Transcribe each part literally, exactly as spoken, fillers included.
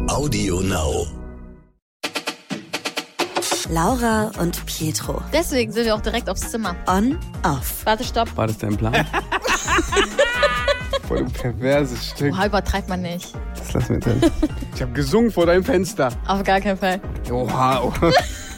Audio Now. Laura und Pietro. Deswegen sind wir auch direkt aufs Zimmer. On, off. Warte, stopp. War das dein Plan? Voll ein perverses Stück. Oha, übertreibt man nicht. Das lassen wir drin. Ich habe gesungen vor deinem Fenster. Auf gar keinen Fall. Oha. Oha.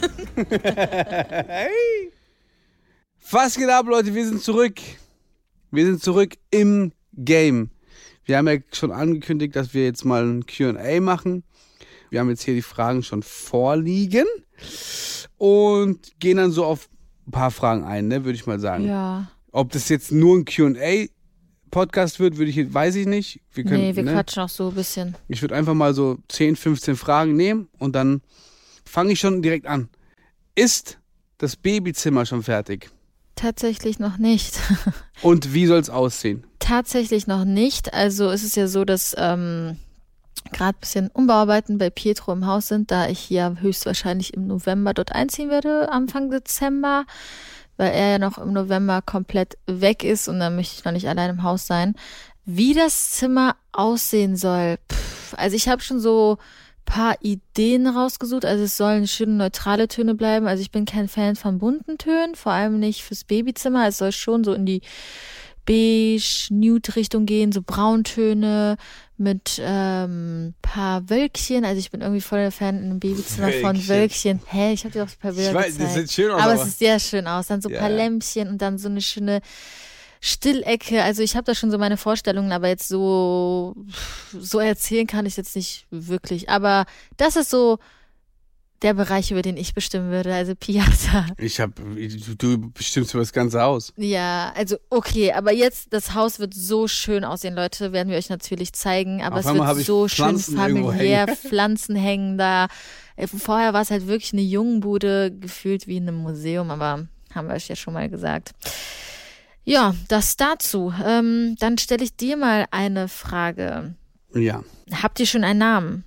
Hey. Was geht ab, Leute? Wir sind zurück. Wir sind zurück im Game. Wir haben ja schon angekündigt, dass wir jetzt mal ein Q und A machen. Wir haben jetzt hier die Fragen schon vorliegen und gehen dann so auf ein paar Fragen ein, ne, würde ich mal sagen. Ja. Ob das jetzt nur ein Q und A-Podcast wird, würde ich, weiß ich nicht. Wir können, nee, wir ne? quatschen auch so ein bisschen. Ich würde einfach mal so zehn, fünfzehn Fragen nehmen und dann fange ich schon direkt an. Ist das Babyzimmer schon fertig? Tatsächlich noch nicht. Und wie soll es aussehen? Tatsächlich noch nicht. Also es ist ja so, dass ähm, gerade ein bisschen Umbauarbeiten bei Pietro im Haus sind, da ich ja höchstwahrscheinlich im November dort einziehen werde, Anfang Dezember, weil er ja noch im November komplett weg ist und dann möchte ich noch nicht allein im Haus sein. Wie das Zimmer aussehen soll, pff, also ich habe schon so paar Ideen rausgesucht, also es sollen schöne neutrale Töne bleiben, also ich bin kein Fan von bunten Tönen, vor allem nicht fürs Babyzimmer, es soll schon so in die beige-nude-Richtung gehen, so Brauntöne mit ähm, paar Wölkchen, also ich bin irgendwie voll der Fan in einem Babyzimmer Wölkchen. von Wölkchen. Hä, ich habe dir auch ein paar Bilder ich weiß, gezeigt. Das sieht schön aus. Aber, aber es sieht sehr schön aus, dann so ein ja. paar Lämpchen und dann so eine schöne Stillecke, also ich habe da schon so meine Vorstellungen, aber jetzt so so erzählen kann ich jetzt nicht wirklich. Aber das ist so der Bereich, über den ich bestimmen würde, also Piazza. Ich habe, du bestimmst über das ganze Haus. Ja, also okay, aber jetzt, das Haus wird so schön aussehen, Leute, werden wir euch natürlich zeigen, aber Auf es wird so schön Pflanzen familiär, Pflanzen hängen da. Vorher war es halt wirklich eine Jungenbude, gefühlt wie in einem Museum, aber haben wir euch ja schon mal gesagt. Ja, das dazu. Ähm, dann stelle ich dir mal eine Frage. Ja. Habt ihr schon einen Namen?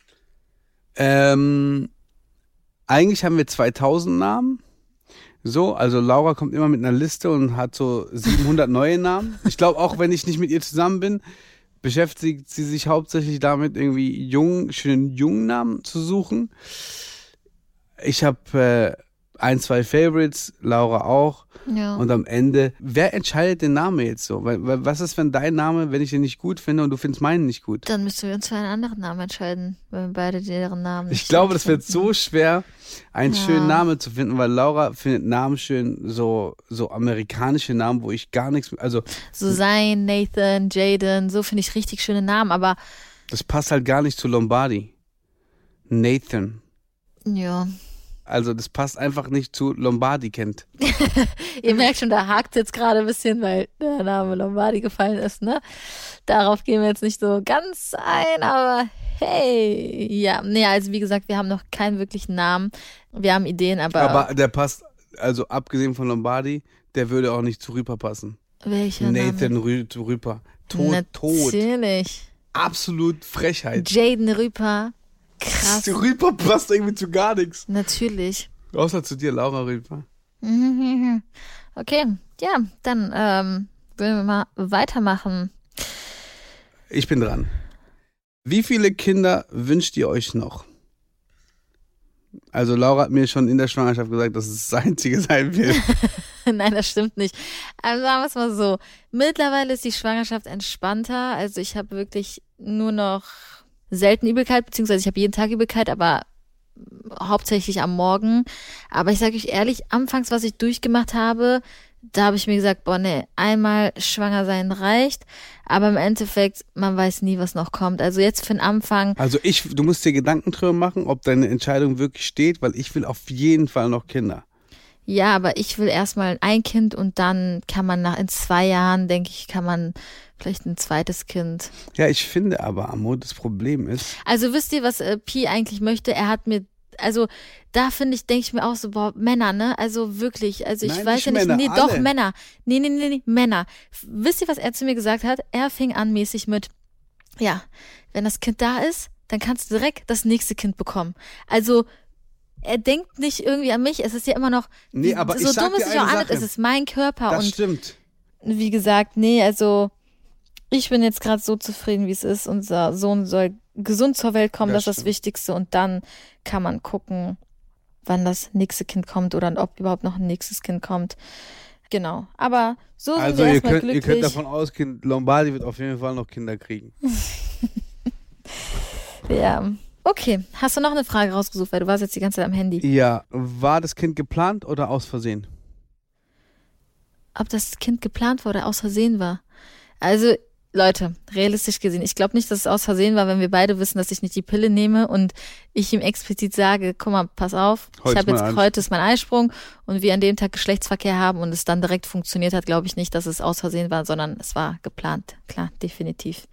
Ähm, eigentlich haben wir zweitausend Namen. So, also Laura kommt immer mit einer Liste und hat so siebenhundert neue Namen. Ich glaube, auch wenn ich nicht mit ihr zusammen bin, beschäftigt sie sich hauptsächlich damit, irgendwie jungen, schönen jungen Namen zu suchen. Ich habe äh, ein, zwei Favorites, Laura auch. Ja. Und am Ende, wer entscheidet den Namen jetzt so? Weil, weil, was ist, wenn dein Name, wenn ich den nicht gut finde und du findest meinen nicht gut? Dann müssen wir uns für einen anderen Namen entscheiden, wenn wir beide deren Namen nicht Ich glaube, das wird finden. so schwer, einen Ja. schönen Namen zu finden, weil Laura findet Namen schön, so, so amerikanische Namen, wo ich gar nichts, also. Susanne, Nathan, Jaden, so finde ich richtig schöne Namen, aber. Das passt halt gar nicht zu Lombardi. Nathan. Ja. Also das passt einfach nicht zu Lombardi kennt. Ihr merkt schon, da hakt jetzt gerade ein bisschen, weil der Name Lombardi gefallen ist, ne? Darauf gehen wir jetzt nicht so ganz ein, aber hey. Ja, nee, also wie gesagt, wir haben noch keinen wirklichen Namen. Wir haben Ideen, aber... Aber der passt, also abgesehen von Lombardi, der würde auch nicht zu Rüper passen. Welcher Nathan Name? Rü- Rüper. Tot, tot. Natürlich. Absolut Frechheit. Jaden Rüper. Krass. Rüper passt irgendwie zu gar nichts. Natürlich. Außer zu dir, Laura Rüper. Okay, ja, dann ähm, würden wir mal weitermachen. Ich bin dran. Wie viele Kinder wünscht ihr euch noch? Also Laura hat mir schon in der Schwangerschaft gesagt, dass es das Einzige sein wird. Nein, das stimmt nicht. Also sagen wir es mal so. Mittlerweile ist die Schwangerschaft entspannter. Also ich habe wirklich nur noch selten Übelkeit, beziehungsweise ich habe jeden Tag Übelkeit, aber hauptsächlich am Morgen. Aber ich sage euch ehrlich, anfangs, was ich durchgemacht habe, da habe ich mir gesagt, boah, nee, einmal schwanger sein reicht. Aber im Endeffekt, man weiß nie, was noch kommt. Also jetzt für den Anfang. Also ich, du musst dir Gedanken drüber machen, ob deine Entscheidung wirklich steht, weil ich will auf jeden Fall noch Kinder. Ja, aber ich will erstmal ein Kind und dann kann man nach in zwei Jahren, denke ich, kann man vielleicht ein zweites Kind. Ja, ich finde aber, Amo, das Problem ist. Also wisst ihr, was äh, Pi eigentlich möchte? Er hat mir, also da finde ich, denke ich mir auch so, boah, Männer, ne? Also wirklich, also ich Nein, weiß nicht ja nicht, Männer, nee, alle. doch, Männer. Nee, nee, nee, nee, Männer. Wisst ihr, was er zu mir gesagt hat? Er fing an mäßig mit, ja, wenn das Kind da ist, dann kannst du direkt das nächste Kind bekommen. Also er denkt nicht irgendwie an mich, es ist ja immer noch, Nee, wie, aber so ich sag dumm dir es sich auch eine anhört, Sache. es ist mein Körper Das und stimmt. wie gesagt, nee, also ich bin jetzt gerade so zufrieden, wie es ist. Unser Sohn soll gesund zur Welt kommen, das, Das ist das Wichtigste. Und dann kann man gucken, wann das nächste Kind kommt oder ob überhaupt noch ein nächstes Kind kommt. Genau. Aber so sind Also wir ihr erstmal könnt, glücklich. ihr könnt davon ausgehen, Lombardi wird auf jeden Fall noch Kinder kriegen. Ja. Okay. Hast du noch eine Frage rausgesucht, weil du warst jetzt die ganze Zeit am Handy. Ja, war das Kind geplant oder aus Versehen? Ob das Kind geplant war oder aus Versehen war? Also, Leute, realistisch gesehen, ich glaube nicht, dass es aus Versehen war, wenn wir beide wissen, dass ich nicht die Pille nehme und ich ihm explizit sage, guck mal, pass auf, Heute ich habe ist jetzt, mein heute ist mein Eisprung und wir an dem Tag Geschlechtsverkehr haben und es dann direkt funktioniert hat, glaube ich nicht, dass es aus Versehen war, sondern es war geplant. Klar, definitiv.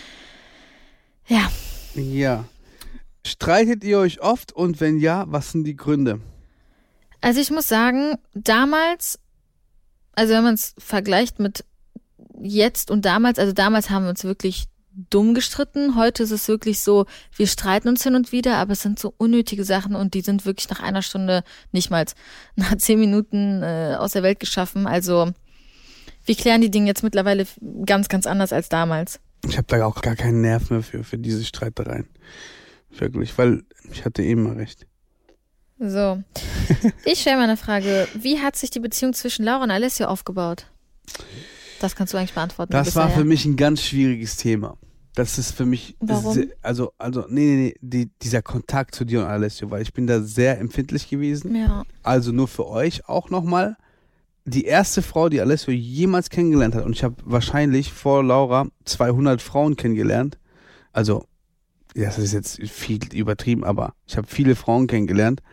Ja. Ja. Streitet ihr euch oft und wenn ja, was sind die Gründe? Also ich muss sagen, damals, also wenn man es vergleicht mit jetzt und damals, also damals haben wir uns wirklich dumm gestritten. Heute ist es wirklich so, wir streiten uns hin und wieder, aber es sind so unnötige Sachen und die sind wirklich nach einer Stunde, nicht mal nach zehn Minuten äh, aus der Welt geschaffen. Also wir klären die Dinge jetzt mittlerweile ganz, ganz anders als damals. Ich habe da auch gar keinen Nerv mehr für, für diese Streitereien. Wirklich, weil ich hatte eben mal recht. So, ich stelle mal eine Frage. Wie hat sich die Beziehung zwischen Laura und Alessio aufgebaut? Das kannst du eigentlich beantworten. Das war bisher. für mich ein ganz schwieriges Thema. Das ist für mich, Warum? Sehr, also, also, nee, nee, nee, die, dieser Kontakt zu dir und Alessio, weil ich bin da sehr empfindlich gewesen. Ja. Also nur für euch auch nochmal. Die erste Frau, die Alessio jemals kennengelernt hat, und ich habe wahrscheinlich vor Laura zweihundert Frauen kennengelernt. Also, ja, das ist jetzt viel übertrieben, aber ich habe viele Frauen kennengelernt.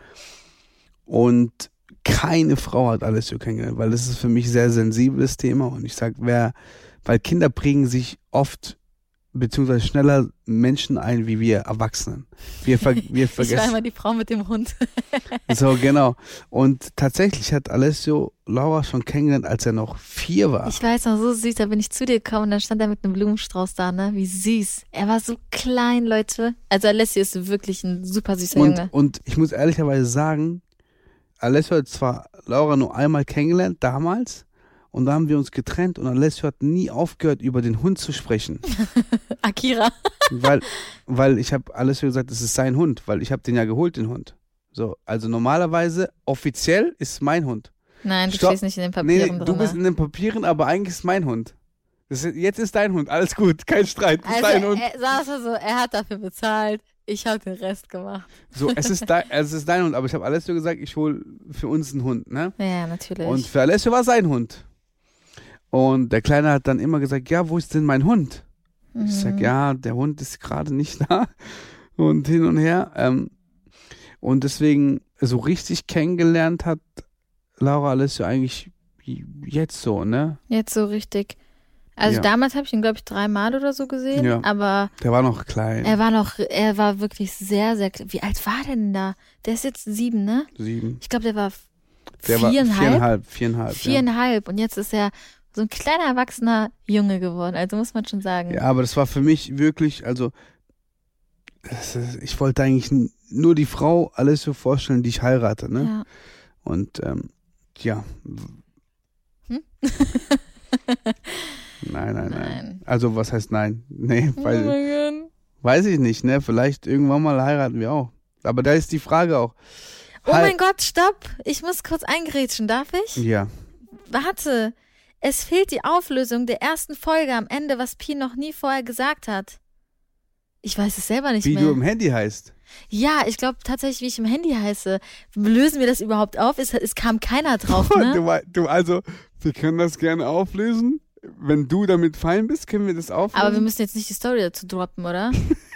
Und keine Frau hat Alessio kennengelernt, weil das ist für mich ein sehr sensibles Thema. Und ich sage, wer, weil Kinder prägen sich oft beziehungsweise schneller Menschen ein, wie wir Erwachsenen. Wir, ver wir Ich vergessen. war immer die Frau mit dem Hund. So, genau. Und tatsächlich hat Alessio Laura schon kennengelernt, als er noch vier war. Ich weiß noch, so süß, da bin ich zu dir gekommen und dann stand er mit einem Blumenstrauß da, ne? Wie süß. Er war so klein, Leute. Also Alessio ist wirklich ein super süßer und, Junge. und ich muss ehrlicherweise sagen, Alessio hat zwar Laura nur einmal kennengelernt, damals, und da haben wir uns getrennt und Alessio hat nie aufgehört, über den Hund zu sprechen. Akira. weil, weil ich habe Alessio gesagt, es ist sein Hund, weil ich habe den ja geholt, den Hund. So, also normalerweise, offiziell ist mein Hund. Nein, du Stopp. stehst nicht in den Nee, Papieren nee, drin. du bist in den Papieren, aber eigentlich ist mein Hund. Das ist, jetzt ist dein Hund, alles gut, kein Streit, das ist dein Also, Hund. er, saß er so, er hat dafür bezahlt, ich habe den Rest gemacht. So, es ist, dein, es ist dein Hund, aber ich habe Alessio gesagt, ich hole für uns einen Hund, ne? Ja, natürlich. Und für Alessio war sein Hund. Und der Kleine hat dann immer gesagt, ja, wo ist denn mein Hund? Mhm. Ich sag, ja, der Hund ist gerade nicht da. Und hin und her. Ähm, und deswegen so richtig kennengelernt hat Laura Alessio eigentlich jetzt so, ne? Jetzt so richtig. Also Ja. damals habe ich ihn, glaube ich, dreimal oder so gesehen, Ja. aber Der war noch klein. er war noch, er war wirklich sehr, sehr klein. Wie alt war der denn da? Der ist jetzt sieben, ne? Sieben. Ich glaube, der war Der war viereinhalb. viereinhalb. Viereinhalb, Viereinhalb. Und jetzt ist er so ein kleiner, erwachsener Junge geworden. Also muss man schon sagen. ja. Ja, aber das war für mich wirklich, also das ist, ich wollte eigentlich n- nur die Frau Alessio vorstellen, die ich heirate, ne? Ja. Und ähm, ja. Hm? Nein, nein, nein, Nein. Also was heißt nein? Nee, Oh weil, mein Gott. weiß ich nicht, ne? Vielleicht irgendwann mal heiraten wir auch. Aber da ist die Frage auch. Oh Hei- mein Gott, stopp. Ich muss kurz eingrätschen, darf ich? Ja. Warte. Es fehlt die Auflösung der ersten Folge am Ende, was Pi noch nie vorher gesagt hat. Ich weiß es selber nicht Wie mehr. du im Handy heißt. Ja, ich glaube tatsächlich, wie ich im Handy heiße. Lösen wir das überhaupt auf? Es, es kam keiner drauf, ne? Du, wei- du, also, wir können das gerne auflösen. Wenn du damit fein bist, können wir das auflösen. Aber wir müssen jetzt nicht die Story dazu droppen, oder?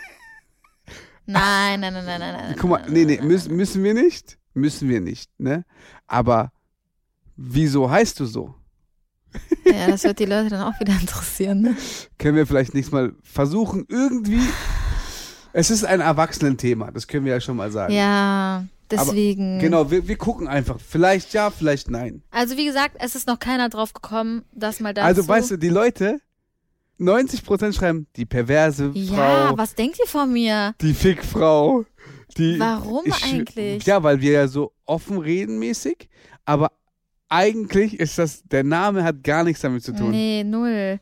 Nein, nein, nein, nein, nein, nein. Guck mal, nee, nee, müssen, müssen wir nicht. Müssen wir nicht, ne? Aber wieso heißt du so? Ja, das wird die Leute dann auch wieder interessieren, ne? Können wir vielleicht nächstes Mal versuchen, irgendwie. Es ist ein Erwachsenenthema, das können wir ja schon mal sagen. Ja, deswegen. Genau, wir, wir gucken einfach. Vielleicht ja, vielleicht nein. Also wie gesagt, es ist noch keiner drauf gekommen, das mal dazu. Also weißt du, die Leute, neunzig Prozent schreiben, die perverse Ja, Frau, was denkt ihr von mir? die Fickfrau. Die, Warum ich, eigentlich? Ja, weil wir ja so offen reden mäßig, aber eigentlich ist das, der Name hat gar nichts damit zu tun. Nee, null.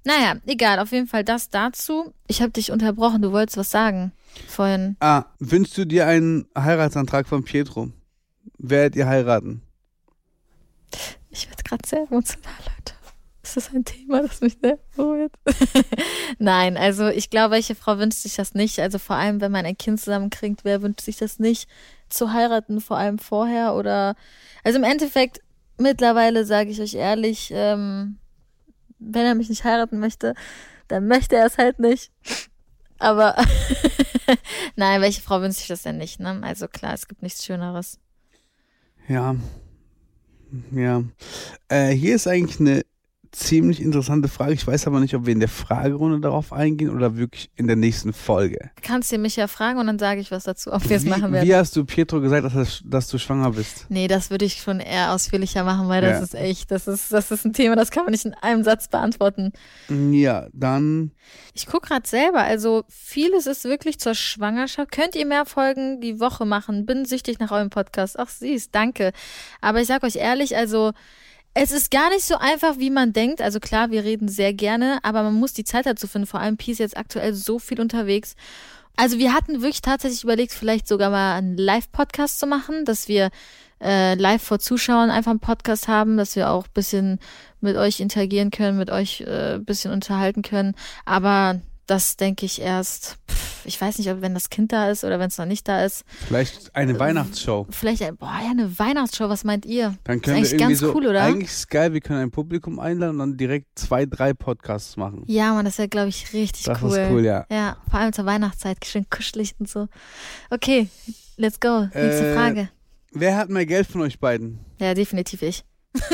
Naja, egal, auf jeden Fall das dazu. Ich habe dich unterbrochen, du wolltest was sagen vorhin. Ah, wünschst du dir einen Heiratsantrag von Pietro? Werdet ihr heiraten? Ich werde gerade sehr emotional, Leute. Ist das ein Thema, das mich sehr berührt? Nein, also ich glaube, welche Frau wünscht sich das nicht? Also vor allem, wenn man ein Kind zusammenkriegt, wer wünscht sich das nicht, zu heiraten, vor allem vorher oder... Also im Endeffekt, mittlerweile sage ich euch ehrlich, ähm, wenn er mich nicht heiraten möchte, dann möchte er es halt nicht. Aber nein, welche Frau wünscht sich das denn nicht, ne? Also klar, es gibt nichts Schöneres. Ja, ja. Äh, hier ist eigentlich eine ziemlich interessante Frage. Ich weiß aber nicht, ob wir in der Fragerunde darauf eingehen oder wirklich in der nächsten Folge. Kannst du mich ja fragen und dann sage ich was dazu, ob wir es machen werden. Wie hast du Pietro gesagt, dass, dass du schwanger bist? Nee, das würde ich schon eher ausführlicher machen, weil das Ja. ist echt, das ist, das ist ein Thema, das kann man nicht in einem Satz beantworten. Ja, dann... Ich gucke gerade selber, also vieles ist wirklich zur Schwangerschaft. Könnt ihr mehr Folgen die Woche machen? Bin süchtig nach eurem Podcast. Ach süß, danke. Aber ich sag euch ehrlich, also es ist gar nicht so einfach, wie man denkt. Also klar, wir reden sehr gerne, aber man muss die Zeit dazu finden. Vor allem Pi ist jetzt aktuell so viel unterwegs. Also wir hatten wirklich tatsächlich überlegt, vielleicht sogar mal einen Live-Podcast zu machen, dass wir äh, live vor Zuschauern einfach einen Podcast haben, dass wir auch ein bisschen mit euch interagieren können, mit euch äh, ein bisschen unterhalten können. Aber das denke ich erst, pff, ich weiß nicht, ob wenn das Kind da ist oder wenn es noch nicht da ist. Vielleicht eine Weihnachtsshow. Vielleicht, ein- boah, ja, eine Weihnachtsshow, was meint ihr? Dann können ist wir eigentlich irgendwie ganz so, cool, oder? Eigentlich ist es geil, wir können ein Publikum einladen und dann direkt zwei, drei Podcasts machen. Ja, Mann, das wäre, glaube ich, richtig Das cool. ist cool, ja. Ja, vor allem zur Weihnachtszeit, schön kuschelig und so. Okay, let's go. Nächste Äh, Frage. Wer hat mehr Geld von euch beiden? Ja, definitiv ich.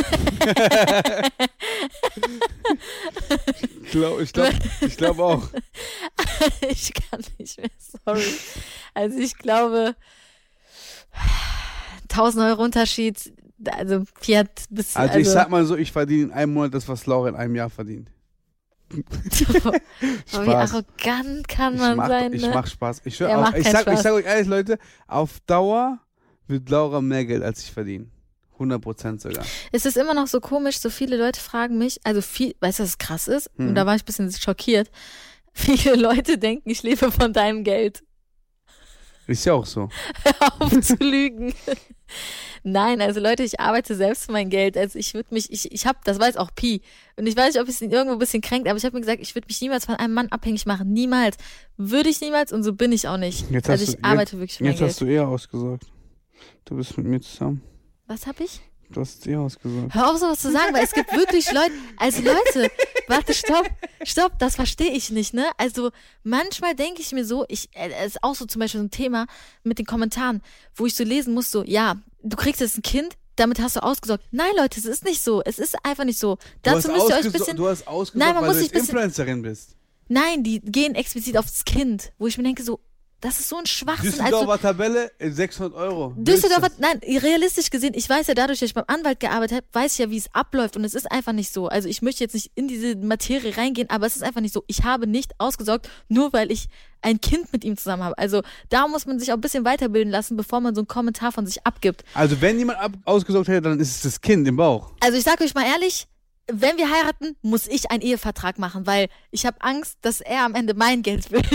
Ich glaube ich glaub, ich glaub auch. Ich kann nicht mehr, sorry. Also ich glaube, tausend Euro Unterschied, also Pi hat bis... Also, ich sag mal so, ich verdiene in einem Monat das, was Laura in einem Jahr verdient. Oh, wie Spaß. arrogant kann Ich man mach, sein, ich ne? mach Spaß. Ich, schwör Er auf, macht ich, keinen sag, ich Spaß. sag euch ehrlich, Leute, auf Dauer wird Laura mehr Geld als ich verdiene. hundert Prozent sogar. Es ist immer noch so komisch, so viele Leute fragen mich, also viel, weißt du, was krass ist? Mhm. Und da war ich ein bisschen schockiert. Viele Leute denken, ich lebe von deinem Geld. Ist ja auch so. Hör auf zu lügen. Nein, also Leute, ich arbeite selbst für mein Geld. Also ich würde mich, ich, ich habe, das weiß auch Pi. Und ich weiß nicht, ob es ihn irgendwo ein bisschen kränkt, aber ich habe mir gesagt, ich würde mich niemals von einem Mann abhängig machen. Niemals. Würde ich niemals und so bin ich auch nicht. Jetzt also hast ich du- arbeite jetzt, wirklich für mein Jetzt Geld. hast du eher ausgesagt. Du bist mit mir zusammen. Was habe ich? Du hast es eher ausgesagt. Hör auf, sowas zu sagen, weil es gibt wirklich Leute, also Leute, warte, stopp, stopp, das verstehe ich nicht, ne? Also manchmal denke ich mir so, ich, äh, es ist auch so zum Beispiel so ein Thema mit den Kommentaren, wo ich so lesen muss, so, ja, du kriegst jetzt ein Kind, damit hast du ausgesorgt. Nein, Leute, es ist nicht so, es ist einfach nicht so. Du Dazu hast müsst ihr euch ein ausgeso- bisschen, Du hast ausgesagt, Nein, man weil muss du sich jetzt ein bisschen- Influencerin bist. nein, die gehen explizit aufs Kind, wo ich mir denke, so, das ist so ein Schwachsinn. Also, Düsseldorfer Tabelle, äh, sechshundert Euro. Düsseldorfer, nein, realistisch gesehen, ich weiß ja dadurch, dass ich beim Anwalt gearbeitet habe, weiß ich ja, wie es abläuft und es ist einfach nicht so. Also ich möchte jetzt nicht in diese Materie reingehen, aber es ist einfach nicht so. Ich habe nicht ausgesorgt, nur weil ich ein Kind mit ihm zusammen habe. Also da muss man sich auch ein bisschen weiterbilden lassen, bevor man so einen Kommentar von sich abgibt. Also wenn jemand ab ausgesorgt hätte, dann ist es das Kind im Bauch. Also ich sage euch mal ehrlich, wenn wir heiraten, muss ich einen Ehevertrag machen, weil ich habe Angst, dass er am Ende mein Geld will.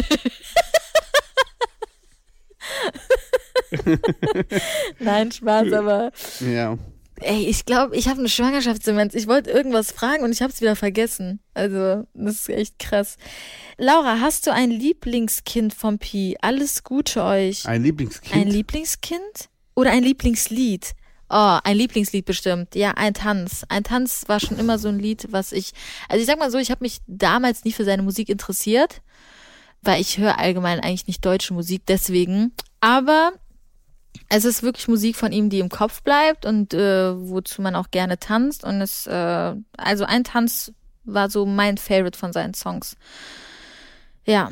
Nein, Spaß, aber Ja. ey, ich glaube, ich habe eine Schwangerschaftsdemenz. Ich wollte irgendwas fragen und ich habe es wieder vergessen. Also, das ist echt krass. Laura, hast du ein Lieblingskind vom Pi? Alles Gute euch. Ein Lieblingskind. Ein Lieblingskind? Oder ein Lieblingslied? Oh, ein Lieblingslied bestimmt. Ja, ein Tanz. Ein Tanz war schon immer so ein Lied, was ich... Also ich sag mal so, ich habe mich damals nie für seine Musik interessiert, weil ich höre allgemein eigentlich nicht deutsche Musik, deswegen. Aber es ist wirklich Musik von ihm, die im Kopf bleibt und äh, wozu man auch gerne tanzt. Und es, äh, also ein Tanz war so mein Favorite von seinen Songs. Ja.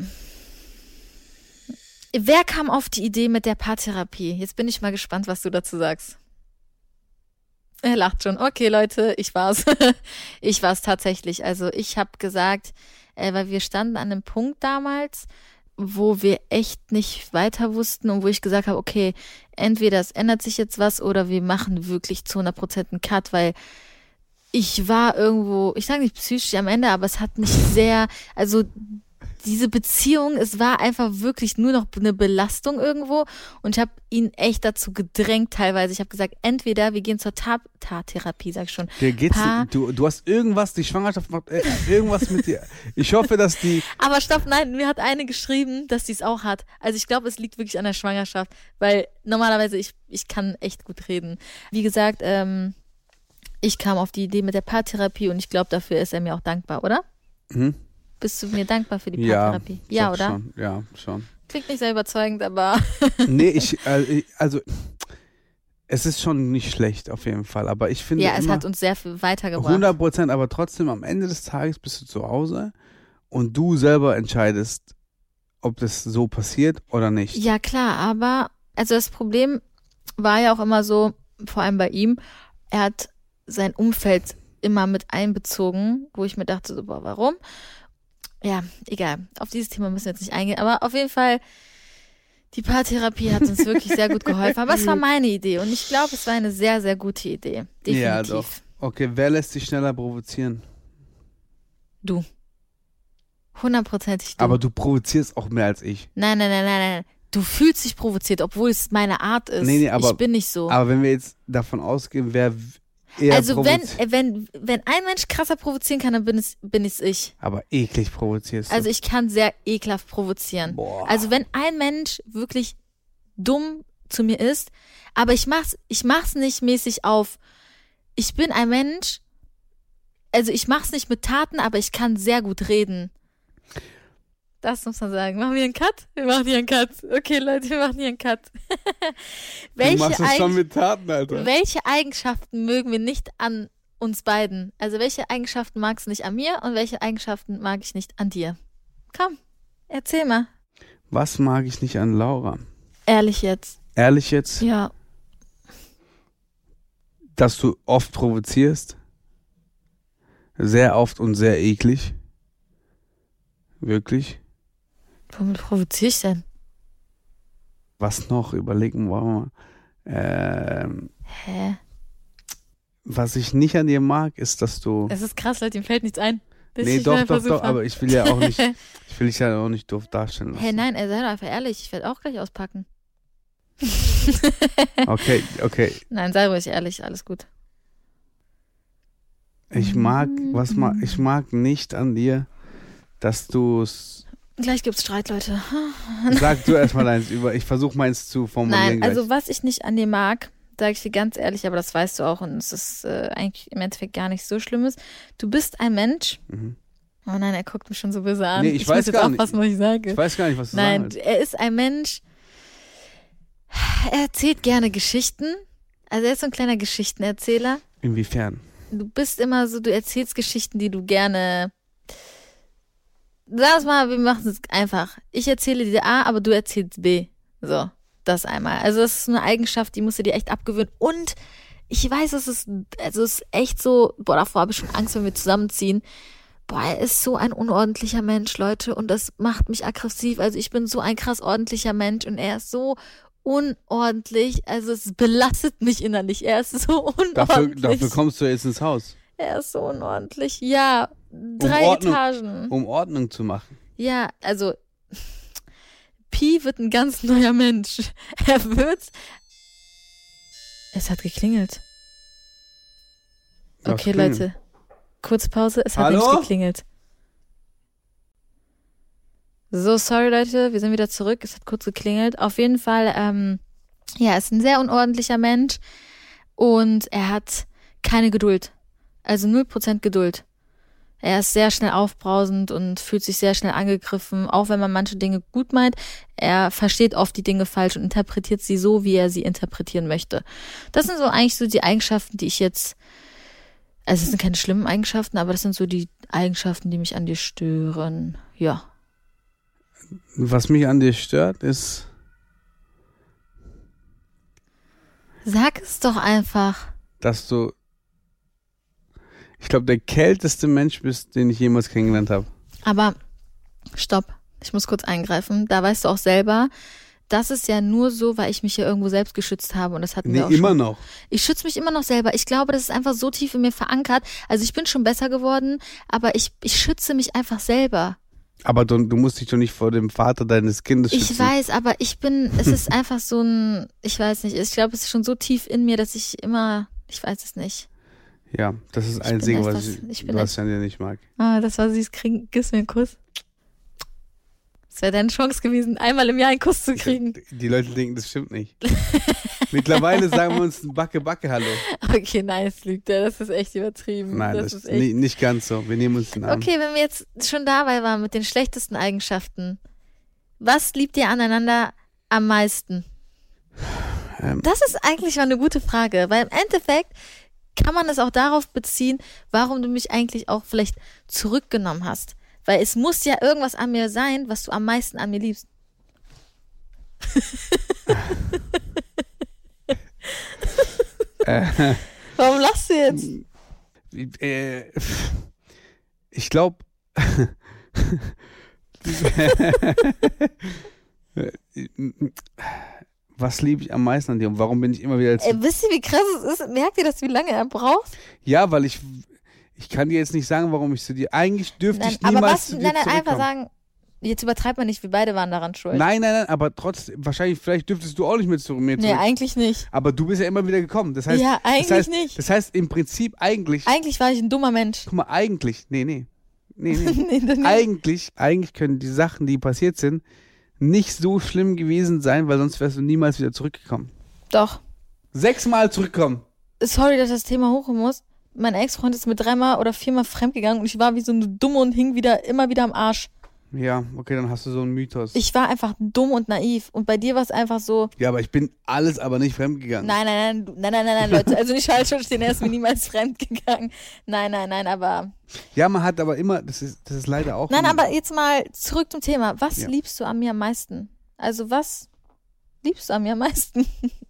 Wer kam auf die Idee mit der Paartherapie? Jetzt bin ich mal gespannt, was du dazu sagst. Er lacht schon. Okay, Leute, ich war's. Ich war's tatsächlich. Also ich habe gesagt, äh, weil wir standen an einem Punkt damals, wo wir echt nicht weiter wussten und wo ich gesagt habe, okay, entweder es ändert sich jetzt was oder wir machen wirklich zu hundert Prozent einen Cut, weil ich war irgendwo, ich sage nicht psychisch am Ende, aber es hat mich sehr, also diese Beziehung, es war einfach wirklich nur noch eine Belastung irgendwo und ich habe ihn echt dazu gedrängt teilweise. Ich habe gesagt, entweder wir gehen zur Ta- Tat-Therapie, sag ich schon. Der geht's, Pa- du, du hast irgendwas, die Schwangerschaft macht äh, irgendwas mit dir. Ich hoffe, dass die... Aber stopp, nein, mir hat eine geschrieben, dass sie es auch hat. Also ich glaube, es liegt wirklich an der Schwangerschaft, weil normalerweise ich, ich kann echt gut reden. Wie gesagt, ähm, ich kam auf die Idee mit der Paartherapie und ich glaube, dafür ist er mir auch dankbar, oder? Mhm. Bist du mir dankbar für die Ja, Paartherapie? Ja, doch oder? Schon. Ja, schon. Klingt nicht sehr überzeugend, aber Nee, ich, äh, also, es ist schon nicht schlecht auf jeden Fall, aber ich finde ja, es immer hat uns sehr viel weitergebracht. hundert Prozent, aber trotzdem am Ende des Tages bist du zu Hause und du selber entscheidest, ob das so passiert oder nicht. Ja, klar, aber also das Problem war ja auch immer so, vor allem bei ihm, er hat sein Umfeld immer mit einbezogen, wo ich mir dachte, so, boah, warum? Ja, egal. Auf dieses Thema müssen wir jetzt nicht eingehen. Aber auf jeden Fall, die Paartherapie hat uns wirklich sehr gut geholfen. Aber es war meine Idee und ich glaube, es war eine sehr, sehr gute Idee. Definitiv. Ja, doch. Okay, wer lässt sich schneller provozieren? Du. Hundertprozentig du. Aber du provozierst auch mehr als ich. Nein, nein, nein, nein, nein. Du fühlst dich provoziert, obwohl es meine Art ist. Nee, nee, aber, ich bin nicht so. Aber wenn wir jetzt davon ausgehen, wer eher Also wenn, provoziert. wenn, wenn ein Mensch krasser provozieren kann, dann bin es, bin es ich. Aber eklig provozierst du. Also ich kann sehr ekelhaft provozieren. Boah. Also wenn ein Mensch wirklich dumm zu mir ist, aber ich mach's, ich mach's nicht mäßig auf, ich bin ein Mensch, also ich mach's nicht mit Taten, aber ich kann sehr gut reden. Das muss man sagen. Machen wir einen Cut? Wir machen hier einen Cut. Okay, Leute, wir machen hier einen Cut. welche, du machst es Eig- schon mit Taten, Alter. welche Eigenschaften mögen wir nicht an uns beiden? Also welche Eigenschaften magst du nicht an mir und welche Eigenschaften mag ich nicht an dir? Komm, erzähl mal. Was mag ich nicht an Laura? Ehrlich jetzt. Ehrlich jetzt, Ja. dass du oft provozierst. Sehr oft und sehr eklig. Wirklich. Womit provoziere ich denn? Was noch? Überlegen wir mal. Ähm, Hä? was ich nicht an dir mag, ist, dass du... Es ist krass, Leute, ihm fällt nichts ein. Das Nee, ist doch, einfach doch, doch, super. aber ich will ja auch nicht, ich will dich ja auch nicht doof darstellen lassen. Hey, nein, er sei doch einfach ehrlich. Ich werde auch gleich auspacken. Okay, okay. Nein, sei ruhig ehrlich, alles gut. Ich mag, was mag, ich mag nicht an dir, dass du es. Gleich gibt's Streit, Leute. Sag du erstmal deins über. Ich versuche meins zu formulieren. Nein, gleich. also was ich nicht an dir mag, sage ich dir ganz ehrlich, aber das weißt du auch und es ist äh, eigentlich im Endeffekt gar nicht so Schlimmes. Du bist ein Mensch. Mhm. Oh nein, er guckt mich schon so böse an. Nee, ich weiß muss jetzt gar nicht. aufpassen, was ich sage. Ich weiß gar nicht, was du Nein, sagen willst. er ist ein Mensch, er erzählt gerne Geschichten. Also er ist so ein kleiner Geschichtenerzähler. Inwiefern? Du bist immer so, du erzählst Geschichten, die du gerne... Sag es mal, wir machen es einfach. Ich erzähle dir A, aber du erzählst B. So, das einmal. Also das ist eine Eigenschaft, die musst du dir echt abgewöhnen. Und ich weiß, es ist, also es ist echt so, boah, davor habe ich schon Angst, wenn wir zusammenziehen. Boah, er ist so ein unordentlicher Mensch, Leute, und das macht mich aggressiv. Also ich bin so ein krass ordentlicher Mensch und er ist so unordentlich. Also es belastet mich innerlich. Er ist so unordentlich. Dafür, dafür kommst du jetzt ins Haus. Er ist so unordentlich. Ja, drei Ordnung- Etagen. Um Ordnung zu machen. Ja, also Pi wird ein ganz neuer Mensch. Er wird... Es hat geklingelt. Was Okay, klingelt? Leute. Kurz Pause, es hat Hallo? nicht geklingelt. So, sorry Leute, wir sind wieder zurück. Es hat kurz geklingelt. Auf jeden Fall, ähm, ja, er ist ein sehr unordentlicher Mensch und er hat keine Geduld. Also null Prozent Geduld. Er ist sehr schnell aufbrausend und fühlt sich sehr schnell angegriffen, auch wenn man manche Dinge gut meint. Er versteht oft die Dinge falsch und interpretiert sie so, wie er sie interpretieren möchte. Das sind so eigentlich so die Eigenschaften, die ich jetzt, also es sind keine schlimmen Eigenschaften, aber das sind so die Eigenschaften, die mich an dir stören. Ja. Was mich an dir stört, ist, Sag es doch einfach. dass du, ich glaube, der kälteste Mensch bist, den ich jemals kennengelernt habe. Aber stopp, ich muss kurz eingreifen. Da weißt du auch selber, das ist ja nur so, weil ich mich ja irgendwo selbst geschützt habe und das hatten Nee, wir auch immer schon. noch. Ich schütze mich immer noch selber. Ich glaube, das ist einfach so tief in mir verankert. Also ich bin schon besser geworden, aber ich, ich schütze mich einfach selber. Aber du, du musst dich doch nicht vor dem Vater deines Kindes schützen. Ich weiß, aber ich bin, es ist einfach so ein, ich weiß nicht, ich glaube, es ist schon so tief in mir, dass ich immer, ich weiß es nicht. Ja, das ist das Ich bin Einzige, etwas- was ich, ich bin was ich an dir nicht mag. Ah, das war süß, krieg, gibst mir einen Kuss. Das wäre deine Chance gewesen, einmal im Jahr einen Kuss zu kriegen. Die Leute denken, das stimmt nicht. Mittlerweile sagen wir uns ein Backe-Backe-Hallo. Okay, nein, es lügt er, das ist echt übertrieben. Nein, das, das ist ist echt. ni- nicht ganz so. Wir nehmen uns den Arm. Okay, wenn wir jetzt schon dabei waren mit den schlechtesten Eigenschaften, was liebt ihr aneinander am meisten? Ähm. Das ist eigentlich mal eine gute Frage, weil im Endeffekt kann man es auch darauf beziehen, warum du mich eigentlich auch vielleicht zurückgenommen hast. Weil es muss ja irgendwas an mir sein, was du am meisten an mir liebst. Äh, Warum lachst du jetzt? äh, ich glaube, was liebe ich am meisten an dir und warum bin ich immer wieder als Ey, wisst ihr, wie krass es ist? Merkt ihr das, wie lange er braucht? Ja, weil ich ich kann dir jetzt nicht sagen, warum ich zu dir eigentlich dürfte Nein, ich niemals aber was, zu dir nein, nein, einfach zurückkommen. sagen, jetzt übertreibt man nicht, wir beide waren daran schuld. Nein, nein, nein, aber trotzdem, wahrscheinlich, vielleicht dürftest du auch nicht mehr zu mir Nee, zurück. eigentlich nicht. Aber du bist ja immer wieder gekommen. Das heißt, Ja, eigentlich das heißt, nicht. Das heißt, im Prinzip eigentlich, Eigentlich war ich ein dummer Mensch. guck mal, eigentlich, nee, nee, nee, nee. Nee, das nicht. eigentlich, eigentlich können die Sachen, die passiert sind, nicht so schlimm gewesen sein, weil sonst wärst du niemals wieder zurückgekommen. Doch. Sechsmal zurückkommen. Sorry, dass das Thema hochkommen muss. Mein Ex-Freund ist mir dreimal oder viermal fremdgegangen und ich war wie so eine Dumme und hing wieder immer wieder am Arsch. Ja, okay, dann hast du so einen Mythos. Ich war einfach dumm und naiv. Und bei dir war es einfach so, ja, aber ich bin alles aber nicht fremdgegangen. nein, nein, nein, du- nein, nein, nein, nein, Leute. Also nicht falsch verstehen, er ist mir niemals fremdgegangen. Nein, nein, nein, aber. Ja, man hat aber immer, das ist, das ist leider auch. Nein, ein- aber jetzt mal zurück zum Thema. Was Ja. liebst du an mir am meisten? Also was liebst du an mir am meisten?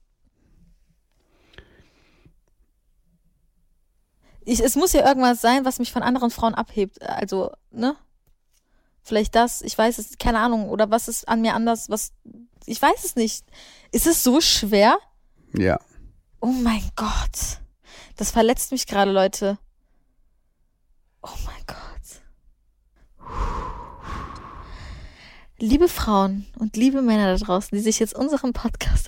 Ich, es muss ja irgendwas sein, was mich von anderen Frauen abhebt. Also, ne? Vielleicht das, ich weiß es, keine Ahnung. Oder was ist an mir anders, was, ich weiß es nicht. Ist es so schwer? Ja. Oh mein Gott. Das verletzt mich gerade, Leute. Oh mein Gott. Liebe Frauen und liebe Männer da draußen, die sich jetzt unseren Podcast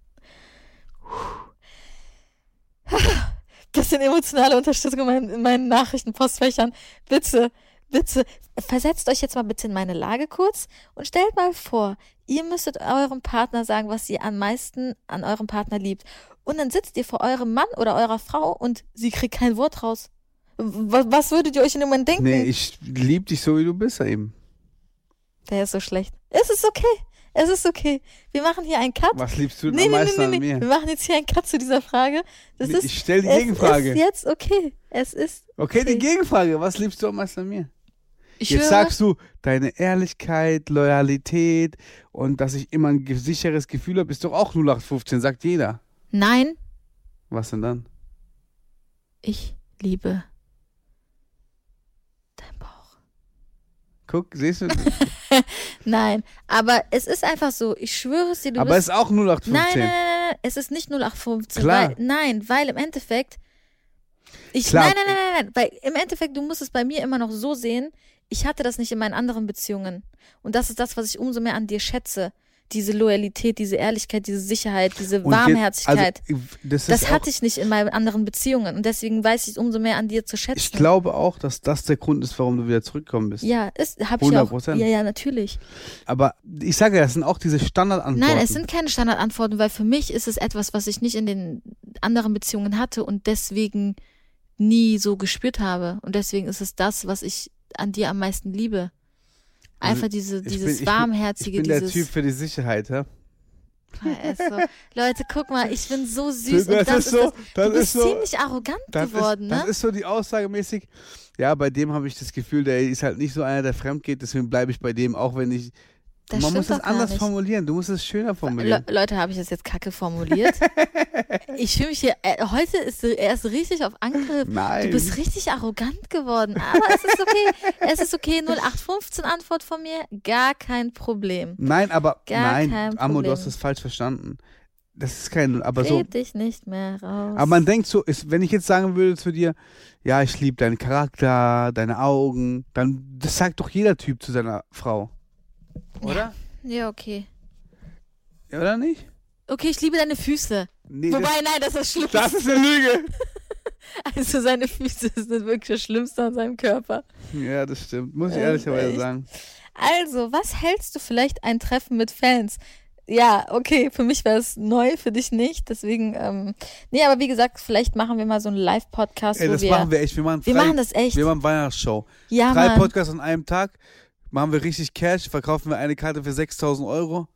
anhören. Bisschen emotionale Unterstützung in meinen, in meinen Nachrichtenpostfächern. Bitte, bitte, versetzt euch jetzt mal bitte in meine Lage kurz und stellt mal vor, ihr müsstet eurem Partner sagen, was ihr am meisten an eurem Partner liebt. Und dann sitzt ihr vor eurem Mann oder eurer Frau und sie kriegt kein Wort raus. Was, was würdet ihr euch in dem Moment denken? Nee, ich liebe dich so, wie du bist eben. Der ist so schlecht. Es ist okay. Es ist okay. Wir machen hier einen Cut. Was liebst du denn Nee, am nee, meisten nee, nee, an nee. mir? Wir machen jetzt hier einen Cut zu dieser Frage. Das Nee, ist, ich stell die es Gegenfrage. ist jetzt okay. Es ist Okay, die Gegenfrage. Was liebst du am meisten an mir? Ich Jetzt schwöre, sagst du, deine Ehrlichkeit, Loyalität und dass ich immer ein ge- sicheres Gefühl habe, ist doch auch null acht fünfzehn, sagt jeder. nein, Was denn dann? ich liebe deinen Bauch. Guck, siehst du? Nein, aber es ist einfach so. Ich schwöre es dir, du Aber es bist... ist auch null acht Nein, fünfzehn. nein, nein, nein, es ist nicht null acht fünfzehn. Klar. Weil, nein, weil im Endeffekt... Ich, Klar. Nein, nein, nein, nein, nein, weil im Endeffekt, du musst es bei mir immer noch so sehen, ich hatte das nicht in meinen anderen Beziehungen. Und das ist das, was ich umso mehr an dir schätze. Diese Loyalität, diese Ehrlichkeit, diese Sicherheit, diese Und jetzt- Warmherzigkeit. Also, das ist Das auch, hatte ich nicht in meinen anderen Beziehungen. Und deswegen weiß ich es umso mehr an dir zu schätzen. ich glaube auch, dass das der Grund ist, warum du wieder zurückgekommen bist. Ja, ist, hab ich hundert auch. Prozent. Ja, ja, natürlich. Aber ich sage ja, das sind auch diese Standardantworten. Nein, es sind keine Standardantworten, weil für mich ist es etwas, was ich nicht in den anderen Beziehungen hatte und deswegen nie so gespürt habe. Und deswegen ist es das, was ich an dir am meisten liebe. Einfach diese, Ich bin- dieses ich bin- Warmherzige, Ich bin der dieses. Typ für die Sicherheit, ja? Also, Leute, guck mal, ich bin so süß. Das und das ist so, das, das du bist ist so, ziemlich arrogant das geworden, ist, ne? Das ist so die Aussage mäßig. Ja, bei dem habe ich das Gefühl, der ist halt nicht so einer, der fremd geht, deswegen bleibe ich bei dem, auch wenn ich Das Man stimmt muss es doch gar anders nicht. formulieren. Du musst es schöner formulieren. Le Leute, habe ich das jetzt kacke formuliert? Ich fühle mich hier, äh, heute ist er ist richtig auf Angriff. Nein. Du bist richtig arrogant geworden. Aber es ist okay. Es ist okay. null acht fünfzehn Antwort von mir. Gar kein Problem. Nein, aber Gar nein, kein Amo, du Problem. hast das falsch verstanden. Das ist kein, aber so. Red dich nicht mehr raus. Aber man denkt so, ist, wenn ich jetzt sagen würde zu dir, ja, ich liebe deinen Charakter, deine Augen, dann, das sagt doch jeder Typ zu seiner Frau. Oder? Ja, okay. Ja, oder nicht? Okay, ich liebe deine Füße. Nee, Wobei, das, nein, das ist das Schlimmste. das ist eine Lüge. Also seine Füße sind wirklich das Schlimmste an seinem Körper. Ja, das stimmt. Muss ich Das ehrlicherweise ist echt- sagen. Also, was hältst du vielleicht ein Treffen mit Fans? Ja, okay, für mich wäre es neu, für dich nicht. Deswegen, ähm, nee, aber wie gesagt, vielleicht machen wir mal so einen Live-Podcast, Ey, wo das wir, machen wir echt. Wir machen, wir drei, machen das echt. Wir machen Weihnachtsshow. Ja, Drei Mann. Podcasts an einem Tag. Machen wir richtig Cash. Verkaufen wir eine Karte für sechstausend Euro.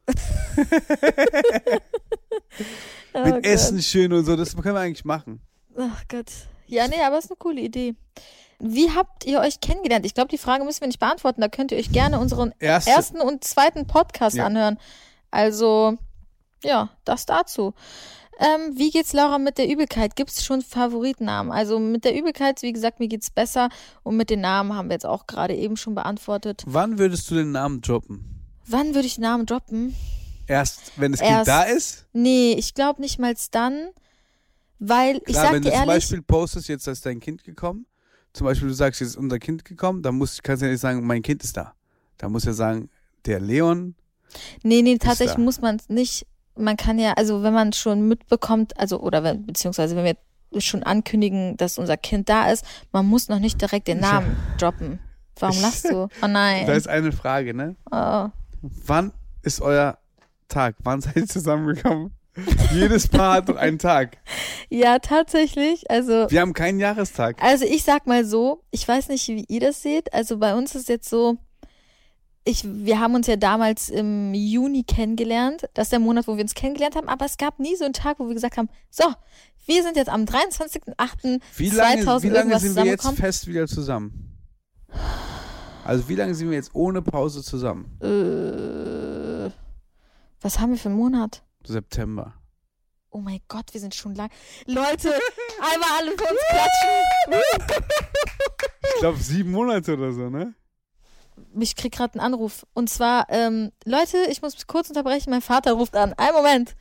Oh Mit Gott. Essen schön und so. Das können wir eigentlich machen. Ach Gott. Ja, nee, aber ist eine coole Idee. Wie habt ihr euch kennengelernt? Ich glaube, die Frage müssen wir nicht beantworten. Da könnt ihr euch gerne unseren Erste. ersten und zweiten Podcast Ja. anhören. Also, ja, das dazu. Ähm, wie geht's Laura mit der Übelkeit? Gibt es schon Favoritennamen? Also mit der Übelkeit, wie gesagt, mir geht's besser. Und mit den Namen haben wir jetzt auch gerade eben schon beantwortet. Wann würdest du den Namen droppen? Wann würde ich Namen droppen? Erst, wenn das Kind Erst. da ist? Nee, ich glaube nicht mal dann, weil ich Klar, sag wenn dir du zum ehrlich, Beispiel postest, jetzt ist dein Kind gekommen. Zum Beispiel, du sagst, jetzt ist unser Kind gekommen. Dann musst, kannst du ja nicht sagen, mein Kind ist da. Da musst du ja sagen, der Leon. nee, nee, tatsächlich da. muss man es nicht, man kann ja, also wenn man schon mitbekommt, also oder wenn, beziehungsweise wenn wir schon ankündigen, dass unser Kind da ist, man muss noch nicht direkt den Namen droppen. Warum Ich- lachst du? Oh nein. Da ist eine Frage, ne? Oh. Wann ist euer Tag? Wann seid ihr zusammengekommen? Jedes Paar hat doch einen Tag. Ja, tatsächlich, also Wir haben keinen Jahrestag. Also ich sag mal so, ich weiß nicht, wie ihr das seht. Also bei uns ist jetzt so, ich, wir haben uns ja damals im Juni kennengelernt. Das ist der Monat, wo wir uns kennengelernt haben. Aber es gab nie so einen Tag, wo wir gesagt haben, so, wir sind jetzt am dreiundzwanzigsten achten Wie lange, wie lange irgendwas sind wir jetzt zusammengekommen. fest wieder zusammen? Also wie lange sind wir jetzt ohne Pause zusammen? Äh, was haben wir für einen Monat? September. Oh mein Gott, wir sind schon lang. Leute, einmal alle für uns klatschen. Ich glaube sieben Monate oder so, ne? Ich krieg gerade einen Anruf. Und zwar, ähm, Leute, ich muss kurz unterbrechen, mein Vater ruft an. Einen Moment.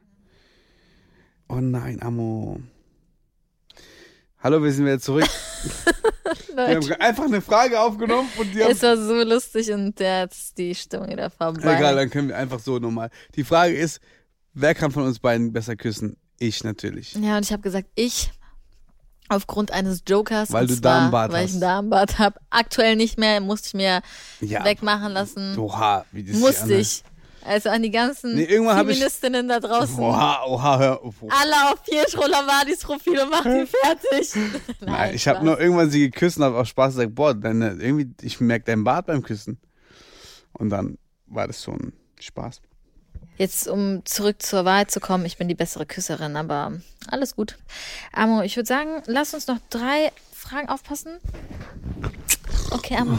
Oh nein, Amo. Hallo, wir sind wieder zurück. Wir haben einfach eine Frage aufgenommen und die haben... Es war so lustig und jetzt ist die Stimmung wieder vorbei. Egal, dann können wir einfach so nochmal. Die Frage ist, wer kann von uns beiden besser küssen? Ich natürlich. Ja, und ich habe gesagt, ich aufgrund eines Jokers. Weil und du zwar, Damenbart Weil hast. ich einen Damenbart habe. Aktuell nicht mehr, musste ich mir Ja. wegmachen lassen. Oha, wie das musste sich ich. Also an die ganzen Nee, irgendwann hab ich- Feministinnen da draußen. Oha, oha, hör auf. Alle auf Pietro Lombardis Profil und macht die fertig. Nein, ich habe Spaß. nur irgendwann sie geküsst und habe auch Spaß gesagt, boah, deine, irgendwie, ich merke deinen Bart beim Küssen. Und dann war das so ein Spaß. Jetzt, um zurück zur Wahrheit zu kommen, ich bin die bessere Küsserin, aber alles gut. Amo, ich würde sagen, lass uns noch drei Fragen aufpassen. Okay, Amo.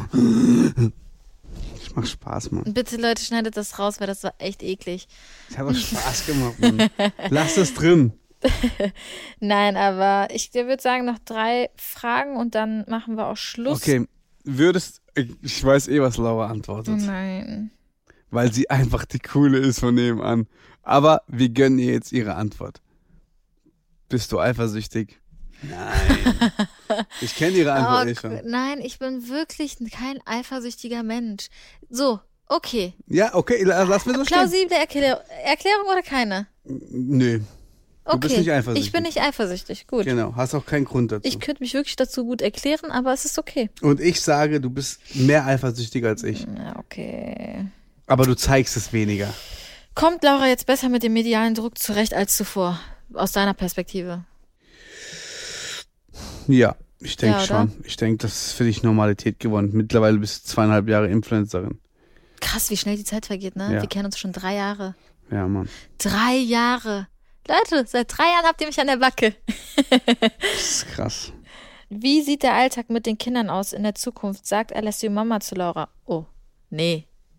Ich mach Spaß, Mann. Bitte, Leute, schneidet das raus, weil das war echt eklig. Ich habe Spaß gemacht, Mann. Lass das drin. Nein, aber ich würde sagen, noch drei Fragen und dann machen wir auch Schluss. Okay, würdest, ich weiß eh, was Laura Oh antwortet. nein. Weil sie einfach die Coole ist von nebenan. Aber wir gönnen ihr jetzt ihre Antwort. Bist du eifersüchtig? Nein. Ich kenne ihre Antwort Oh, eh schon. nein, ich bin wirklich kein eifersüchtiger Mensch. So, okay. Ja, okay, la- lass mir so stehen. Plausible Erklär Erklärung oder keine? Nö, Okay. bist nicht eifersüchtig. Ich bin nicht eifersüchtig. Gut. genau, hast auch keinen Grund dazu. Ich könnte mich wirklich dazu gut erklären, aber es ist okay. Und ich sage, du bist mehr eifersüchtig als ich. Ja, okay. Aber du zeigst es weniger. Kommt Laura jetzt besser mit dem medialen Druck zurecht als zuvor? Aus deiner Perspektive? Ja, ich denke Ja, oder? schon. Ich denke, das ist für dich Normalität geworden. Mittlerweile bist du zweieinhalb Jahre Influencerin. Krass, wie schnell die Zeit vergeht, ne? Ja. Wir kennen uns schon drei Jahre. Ja, Mann. Drei Jahre. Leute, seit drei Jahren habt ihr mich an der Backe. Das ist krass. Wie sieht der Alltag mit den Kindern aus in der Zukunft? Sagt Alessio Mama zu Laura. Oh, nee.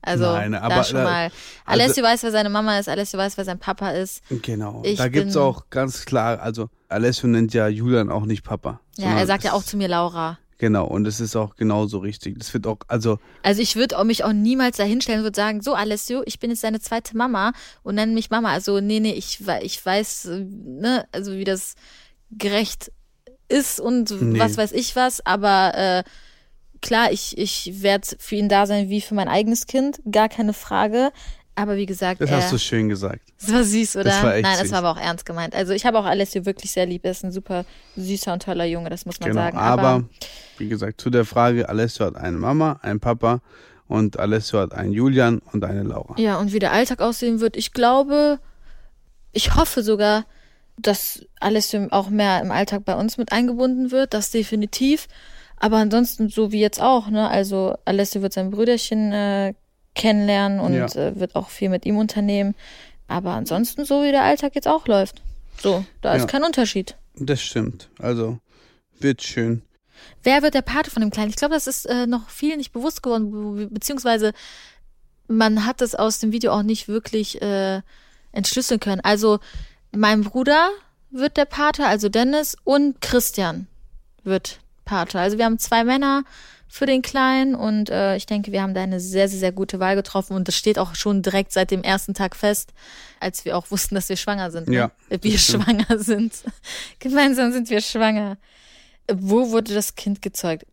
Also Nein, aber, da schon mal. also, Alessio weiß, wer seine Mama ist, Alessio weiß, wer sein Papa ist. Genau, Ich da gibt es bin- auch ganz klar, also Alessio nennt ja Julian auch nicht Papa. Ja, sondern er sagt es- ja auch zu mir Laura. Genau, und es ist auch genauso richtig. Das wird auch, also Also ich würde mich auch niemals dahinstellen und würde sagen, so Alessio, ich bin jetzt deine zweite Mama und nenne mich Mama. Also nee, nee, ich, we- ich weiß, äh, ne, also wie das gerecht ist und Nee. was weiß ich was, aber äh, klar, ich, ich werde für ihn da sein wie für mein eigenes Kind, gar keine Frage. Aber wie gesagt, das er, hast du schön gesagt. das war süß, oder? Das war echt Nein, süß. das war aber auch ernst gemeint. Also ich habe auch Alessio wirklich sehr lieb. Er ist ein super süßer und toller Junge, das muss man Genau, sagen. aber, wie gesagt, zu der Frage, Alessio hat eine Mama, einen Papa und Alessio hat einen Julian und eine Laura. Ja, und wie der Alltag aussehen wird, ich glaube, ich hoffe sogar, dass Alessio auch mehr im Alltag bei uns mit eingebunden wird, das definitiv. Aber ansonsten so wie jetzt auch, ne? Also Alessio wird sein Brüderchen äh, kennenlernen und Ja. äh, wird auch viel mit ihm unternehmen. Aber ansonsten so wie der Alltag jetzt auch läuft. So, da ist Ja. kein Unterschied. Das stimmt, also wird schön. Wer wird der Pate von dem Kleinen? Ich glaube, das ist äh, noch vielen nicht bewusst geworden, be- beziehungsweise man hat es aus dem Video auch nicht wirklich äh, entschlüsseln können. Also mein Bruder wird der Pate, also Dennis, und Christian wird Pate. Also wir haben zwei Männer für den Kleinen und äh, ich denke, wir haben da eine sehr, sehr, sehr gute Wahl getroffen und das steht auch schon direkt seit dem ersten Tag fest, als wir auch wussten, dass wir schwanger sind. Ne? Ja, Wir das stimmt. schwanger sind. Gemeinsam sind wir schwanger. Wo wurde das Kind gezeugt?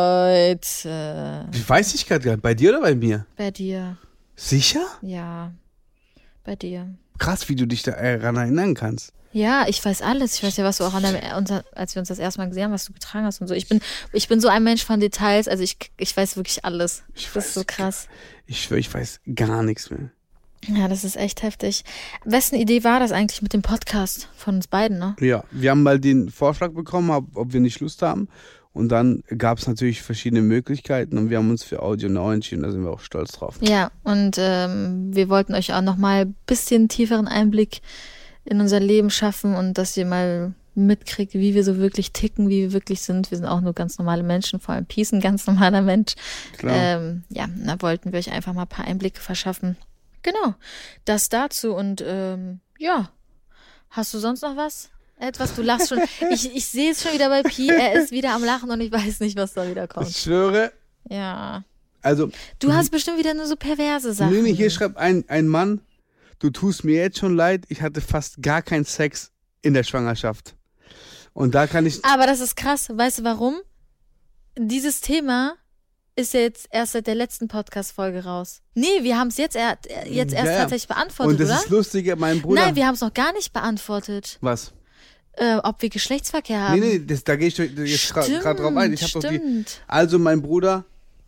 Leute, Weiß ich gerade gar nicht, bei dir oder bei mir? bei dir. Sicher? Ja, bei dir. Krass, wie du dich daran erinnern kannst. Ja, ich weiß alles. Ich weiß ja, was du auch an deinem, unser, als wir uns das erste Mal gesehen haben, was du getragen hast und so. Ich bin, ich bin so ein Mensch von Details. Also ich, ich weiß wirklich alles. Ich Das ist so weiß- krass. Ich schwöre, ich weiß gar nichts mehr. Ja, das ist echt heftig. Wessen Idee war das eigentlich mit dem Podcast von uns beiden, ne? Ja, wir haben mal den Vorschlag bekommen, ob, ob wir nicht Lust haben. Und dann gab es natürlich verschiedene Möglichkeiten und wir haben uns für Audio Now entschieden, da sind wir auch stolz drauf. Ja, und ähm, wir wollten euch auch nochmal ein bisschen tieferen Einblick in unser Leben schaffen und dass ihr mal mitkriegt, wie wir so wirklich ticken, wie wir wirklich sind. Wir sind auch nur ganz normale Menschen, vor allem Peace, ein ganz normaler Mensch. Klar. Ähm, ja, da wollten wir euch einfach mal ein paar Einblicke verschaffen. Genau, das dazu und ähm, ja, hast du sonst noch was? Etwas, du lachst schon. Ich, ich sehe es schon wieder bei Pi, er ist wieder am Lachen und ich weiß nicht, was da wieder Ich kommt. schwöre, Ja. also, Du hast bestimmt wieder nur so perverse Sachen. nee, nee, hier schreibt ein, ein Mann, du tust mir jetzt schon leid, ich hatte fast gar keinen Sex in der Schwangerschaft. Und da kann ich, Aber das ist krass. Weißt du warum? Dieses Thema ist ja jetzt erst seit der letzten Podcast-Folge raus. Nee, wir haben es jetzt, er, jetzt erst Ja, ja. tatsächlich beantwortet, und das oder? ist lustige, mein Bruder. Nein, wir haben es noch gar nicht beantwortet, Was? äh, ob wir Geschlechtsverkehr haben. Nee, nee, das, da gehe ich jetzt gerade drauf ein. Ich hab doch die, stimmt. also mein Bruder,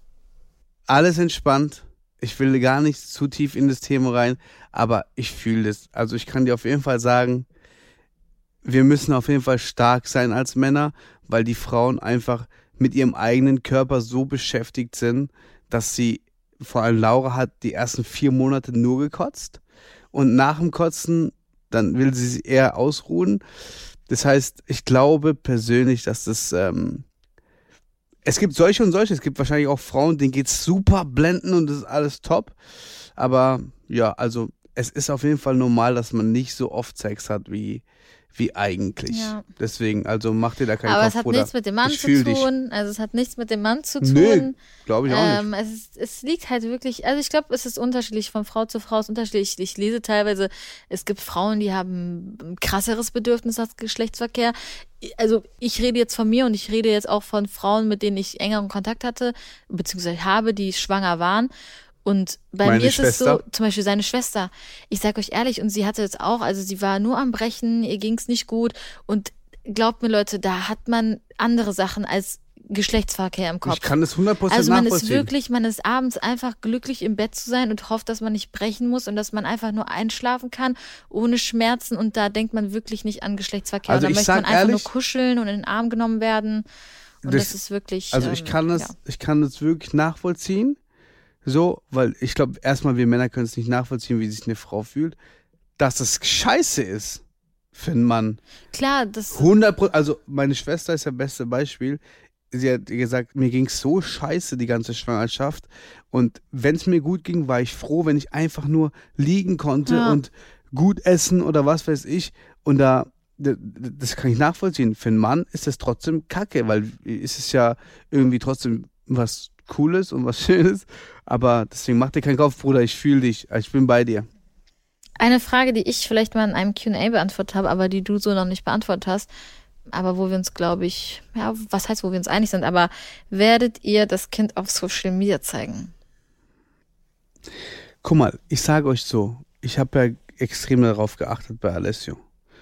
alles entspannt. Ich will gar nicht zu tief in das Thema rein, aber ich fühle das. Also ich kann dir auf jeden Fall sagen, wir müssen auf jeden Fall stark sein als Männer, weil die Frauen einfach mit ihrem eigenen Körper so beschäftigt sind, dass sie, vor allem Laura hat die ersten vier Monate nur gekotzt und nach dem Kotzen, dann will sie sich eher ausruhen. Das heißt, ich glaube persönlich, dass das, ähm, es gibt solche und solche, es gibt wahrscheinlich auch Frauen, denen geht's super blenden und das ist alles top, aber ja, also es ist auf jeden Fall normal, dass man nicht so oft Sex hat wie, wie eigentlich. Ja. Deswegen, also mach dir da keinen Aber Kopf, es hat Bruder. nichts mit dem Mann Ich zu fühl dich. tun. Also es hat nichts mit dem Mann zu tun. Nö, glaube ich auch nicht. Ähm, es, ist, es liegt halt wirklich, also ich glaube, es ist unterschiedlich von Frau zu Frau, es ist unterschiedlich. Ich lese teilweise, es gibt Frauen, die haben ein krasseres Bedürfnis als Geschlechtsverkehr. Also ich rede jetzt von mir und ich rede jetzt auch von Frauen, mit denen ich engeren Kontakt hatte, beziehungsweise habe, die schwanger waren. Und bei Meine mir ist es so, Schwester? zum Beispiel seine Schwester, ich sag euch ehrlich, und sie hatte jetzt auch, also sie war nur am Brechen, ihr ging's nicht gut und glaubt mir Leute, da hat man andere Sachen als Geschlechtsverkehr im Kopf. Ich kann das hundert Prozent Also man ist nachvollziehen. wirklich, man ist abends einfach glücklich im Bett zu sein und hofft, dass man nicht brechen muss und dass man einfach nur einschlafen kann, ohne Schmerzen und da denkt man wirklich nicht an Geschlechtsverkehr. Also und da ich möchte sag man einfach ehrlich, nur kuscheln und in den Arm genommen werden und das, das- ist wirklich... Also ich ähm, kann das, ja. ich kann das wirklich nachvollziehen. So, weil ich glaube, erstmal wir Männer können es nicht nachvollziehen, wie sich eine Frau fühlt, dass es scheiße ist für einen Mann. Klar, das... hundert Prozent, also meine Schwester ist das beste Beispiel. sie hat gesagt, mir ging es so scheiße die ganze Schwangerschaft und wenn es mir gut ging, war ich froh, wenn ich einfach nur liegen konnte ja. und gut essen oder was weiß ich und da, das kann ich nachvollziehen. Für einen Mann ist das trotzdem kacke, weil es ist ja irgendwie trotzdem was Cooles und was Schönes, aber deswegen mach dir keinen Kopf, Bruder, ich fühle dich, ich bin bei dir. Eine Frage, die ich vielleicht mal in einem Q und A beantwortet habe, aber die du so noch nicht beantwortet hast, aber wo wir uns, glaube ich, ja, was heißt, wo wir uns einig sind, aber werdet ihr das Kind auf Social Media zeigen? Guck mal, ich sage euch so, ich habe ja extrem darauf geachtet bei Alessio.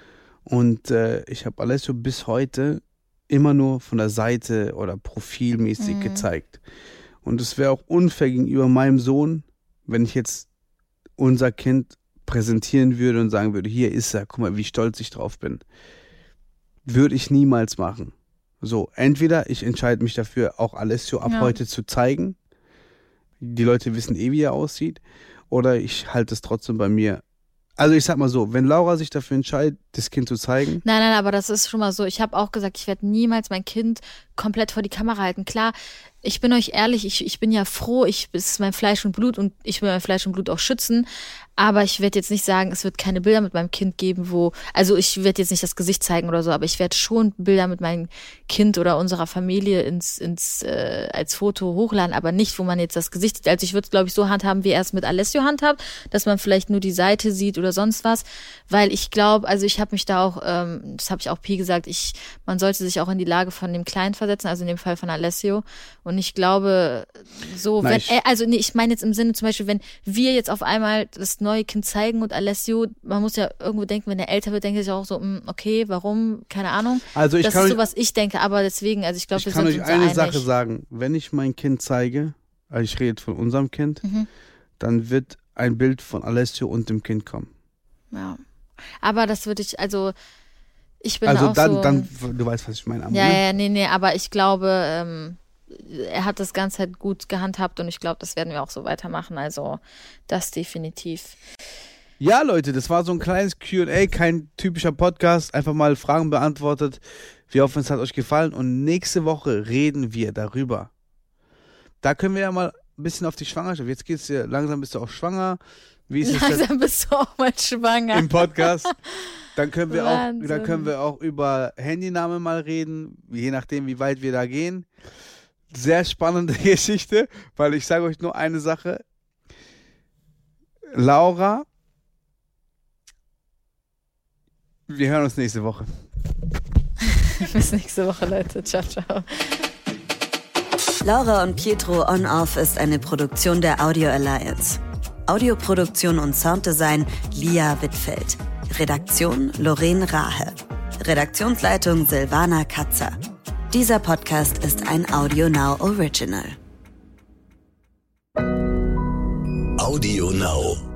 Und äh, ich habe Alessio bis heute immer nur von der Seite oder profilmäßig mhm. gezeigt. Und es wäre auch unfair gegenüber meinem Sohn, wenn ich jetzt unser Kind präsentieren würde und sagen würde, hier ist er, guck mal, wie stolz ich drauf bin. Würde ich niemals machen. So, entweder ich entscheide mich dafür, auch Alessio ab ja. heute zu zeigen. Die Leute wissen eh, wie er aussieht. Oder ich halte es trotzdem bei mir. Also ich sag mal so, wenn Laura sich dafür entscheidet, das Kind zu zeigen. Nein, nein, aber das ist schon mal so. Ich habe auch gesagt, ich werde niemals mein Kind komplett vor die Kamera halten. Klar, ich bin euch ehrlich, ich, ich bin ja froh, ich, es ist mein Fleisch und Blut und ich will mein Fleisch und Blut auch schützen. Aber ich werde jetzt nicht sagen, es wird keine Bilder mit meinem Kind geben, wo, also ich werde jetzt nicht das Gesicht zeigen oder so, aber ich werde schon Bilder mit meinem Kind oder unserer Familie ins, ins äh, als Foto hochladen, aber nicht, wo man jetzt das Gesicht sieht. Also ich würde es, glaube ich, so handhaben, wie er es mit Alessio handhabt, dass man vielleicht nur die Seite sieht oder sonst was, weil ich glaube, also ich habe mich da auch, ähm, das habe ich auch Pi gesagt, ich, man sollte sich auch in die Lage von dem Kleinen versetzen, also in dem Fall von Alessio. Und ich glaube, so, Nein, wenn ich er, also nee, ich meine jetzt im Sinne zum Beispiel, wenn wir jetzt auf einmal das neue Kind zeigen und Alessio, man muss ja irgendwo denken, wenn er älter wird, denke ich auch so, okay, warum, keine Ahnung. Also ich das kann ist euch, so, was ich denke, aber deswegen, also ich glaube, wir ich kann sind euch uns eine einig. Sache sagen, wenn ich mein Kind zeige, also ich rede jetzt von unserem Kind, Mhm. dann wird ein Bild von Alessio und dem Kind kommen. Ja, aber das würde ich, also ich bin Also auch dann, so, dann, du weißt, was ich meine. ja, ne? ja, nee, nee, aber ich glaube, ähm, er hat das Ganze halt gut gehandhabt und ich glaube, das werden wir auch so weitermachen, also das definitiv. Ja, Leute, das war so ein kleines Q und A, kein typischer Podcast, einfach mal Fragen beantwortet. Wir hoffen, es hat euch gefallen und nächste Woche reden wir darüber. Da können wir ja mal ein bisschen auf die Schwangerschaft, jetzt geht's dir, langsam bist du auch schwanger. Wie ist es Langsam bist du auch mal schwanger. im Podcast? Dann können wir auch, Wahnsinn. dann können wir auch über Handyname mal reden, je nachdem, wie weit wir da gehen. Sehr spannende Geschichte, weil ich sage euch nur eine Sache. Laura, wir hören uns nächste Woche. Bis nächste Woche, Leute. Ciao, ciao. Laura und Pietro On Off ist eine Produktion der Audio Alliance. Audioproduktion und Sounddesign Lia Wittfeld. Redaktion Lorraine Rahe. Redaktionsleitung Silvana Katzer. Dieser Podcast ist ein Audio Now Original. Audio Now.